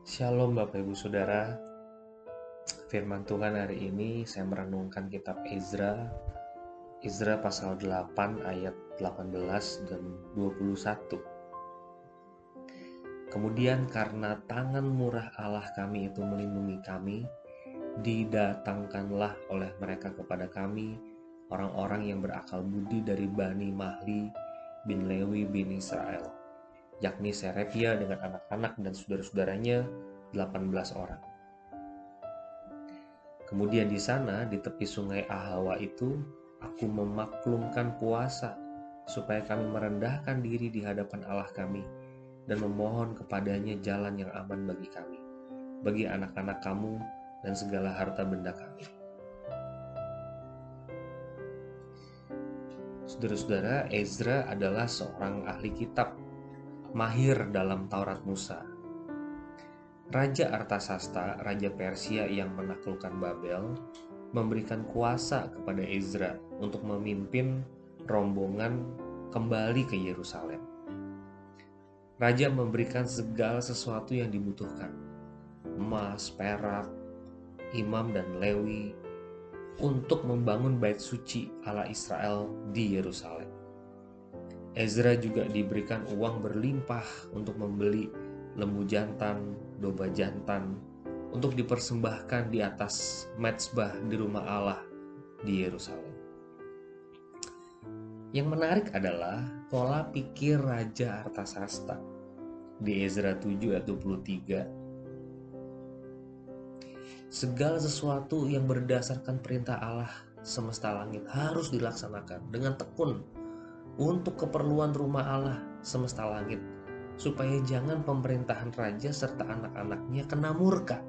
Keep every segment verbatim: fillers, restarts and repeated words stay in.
Shalom Bapak Ibu Saudara. Firman Tuhan hari ini saya merenungkan kitab Ezra. Ezra pasal delapan ayat delapan belas dan dua puluh satu. Kemudian karena tangan murah Allah kami itu melindungi kami, didatangkanlah oleh mereka kepada kami orang-orang yang berakal budi dari Bani Mahli bin Lewi bin Israel, yakni Serepia dengan anak-anak dan saudara-saudaranya delapan belas orang. Kemudian di sana, di tepi sungai Ahawa itu, aku memaklumkan puasa, supaya kami merendahkan diri di hadapan Allah kami, dan memohon kepadanya jalan yang aman bagi kami, bagi anak-anak kamu, dan segala harta benda kami. Saudara-saudara, Ezra adalah seorang ahli kitab, mahir dalam Taurat Musa. Raja Artasasta, Raja Persia yang menaklukkan Babel, memberikan kuasa kepada Ezra untuk memimpin rombongan kembali ke Yerusalem. Raja memberikan segala sesuatu yang dibutuhkan, emas, perak, imam dan Lewi, untuk membangun bait suci Allah Israel di Yerusalem. Ezra juga diberikan uang berlimpah untuk membeli lembu jantan, domba jantan, untuk dipersembahkan di atas mezbah di rumah Allah di Yerusalem. Yang menarik adalah pola pikir Raja Artasasta di Ezra tujuh ayat dua puluh tiga. Segala sesuatu yang berdasarkan perintah Allah semesta langit harus dilaksanakan dengan tekun untuk keperluan rumah Allah semesta langit, supaya jangan pemerintahan raja serta anak-anaknya kena murka.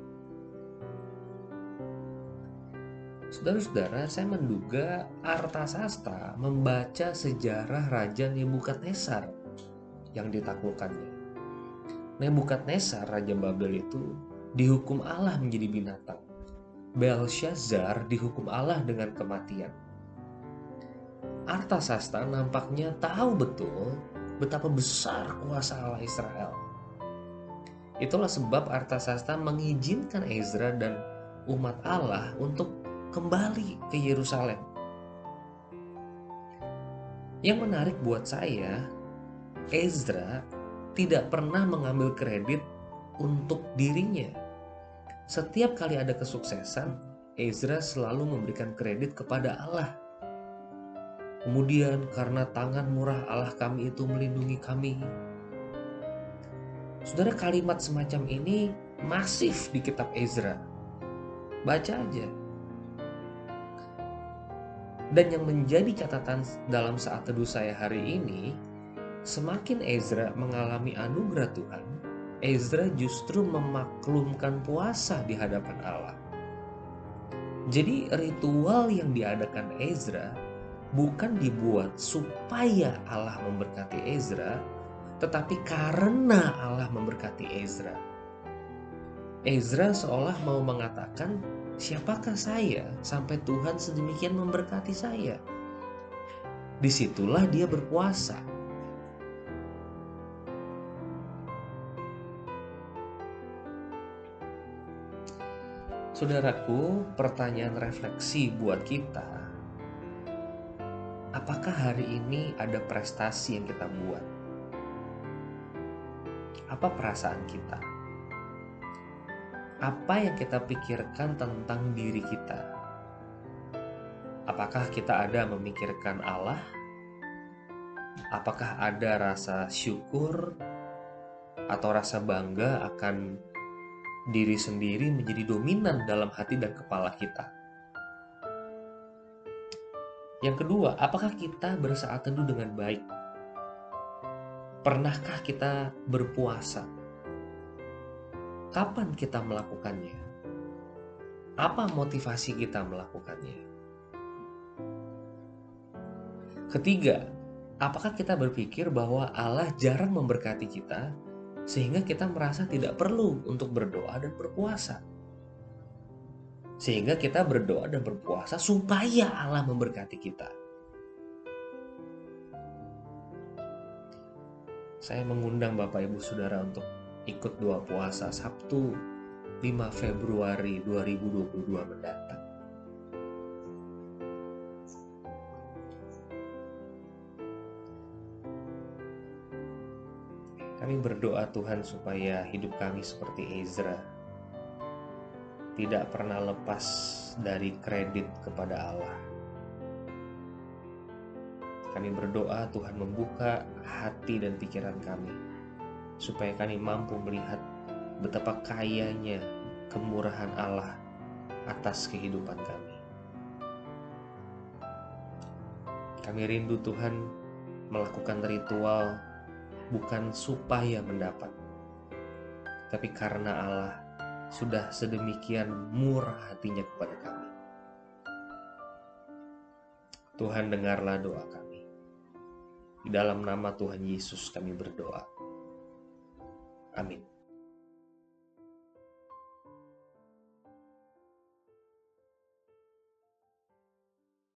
Saudara-saudara, saya menduga Artasasta membaca sejarah Raja Nebukadnezar yang ditaklukkannya. Nebukadnezar, Raja Babel itu, dihukum Allah menjadi binatang. Belshazzar dihukum Allah dengan kematian. Artasasta nampaknya tahu betul betapa besar kuasa Allah Israel. Itulah sebab Artasasta mengizinkan Ezra dan umat Allah untuk kembali ke Yerusalem. Yang menarik buat saya, Ezra tidak pernah mengambil kredit untuk dirinya. Setiap kali ada kesuksesan, Ezra selalu memberikan kredit kepada Allah. Kemudian karena tangan murah Allah kami itu melindungi kami. Saudara, kalimat semacam ini masif di kitab Ezra. Baca aja. Dan yang menjadi catatan dalam saat teduh saya hari ini, semakin Ezra mengalami anugerah Tuhan, Ezra justru memaklumkan puasa di hadapan Allah. Jadi ritual yang diadakan Ezra bukan dibuat supaya Allah memberkati Ezra, tetapi karena Allah memberkati Ezra. Ezra seolah mau mengatakan, siapakah saya sampai Tuhan sedemikian memberkati saya? Disitulah dia berpuasa. Saudaraku, pertanyaan refleksi buat kita, apakah hari ini ada prestasi yang kita buat? Apa perasaan kita? Apa yang kita pikirkan tentang diri kita? Apakah kita ada memikirkan Allah? Apakah ada rasa syukur atau rasa bangga akan diri sendiri menjadi dominan dalam hati dan kepala kita? Yang kedua, apakah kita bersaat teduh dengan baik? Pernahkah kita berpuasa? Kapan kita melakukannya? Apa motivasi kita melakukannya? Ketiga, apakah kita berpikir bahwa Allah jarang memberkati kita sehingga kita merasa tidak perlu untuk berdoa dan berpuasa? Sehingga kita berdoa dan berpuasa supaya Allah memberkati kita. Saya mengundang Bapak Ibu Saudara untuk ikut doa puasa Sabtu lima Februari dua ribu dua puluh dua mendatang. Kami berdoa Tuhan supaya hidup kami seperti Ezra, tidak pernah lepas dari kredit kepada Allah. Kami berdoa Tuhan membuka hati dan pikiran kami, supaya kami mampu melihat betapa kayanya kemurahan Allah atas kehidupan kami. Kami rindu Tuhan melakukan ritual bukan supaya mendapat, tapi karena Allah sudah sedemikian murah hatinya kepada kami. Tuhan, dengarlah doa kami. Di dalam nama Tuhan Yesus kami berdoa. Amin.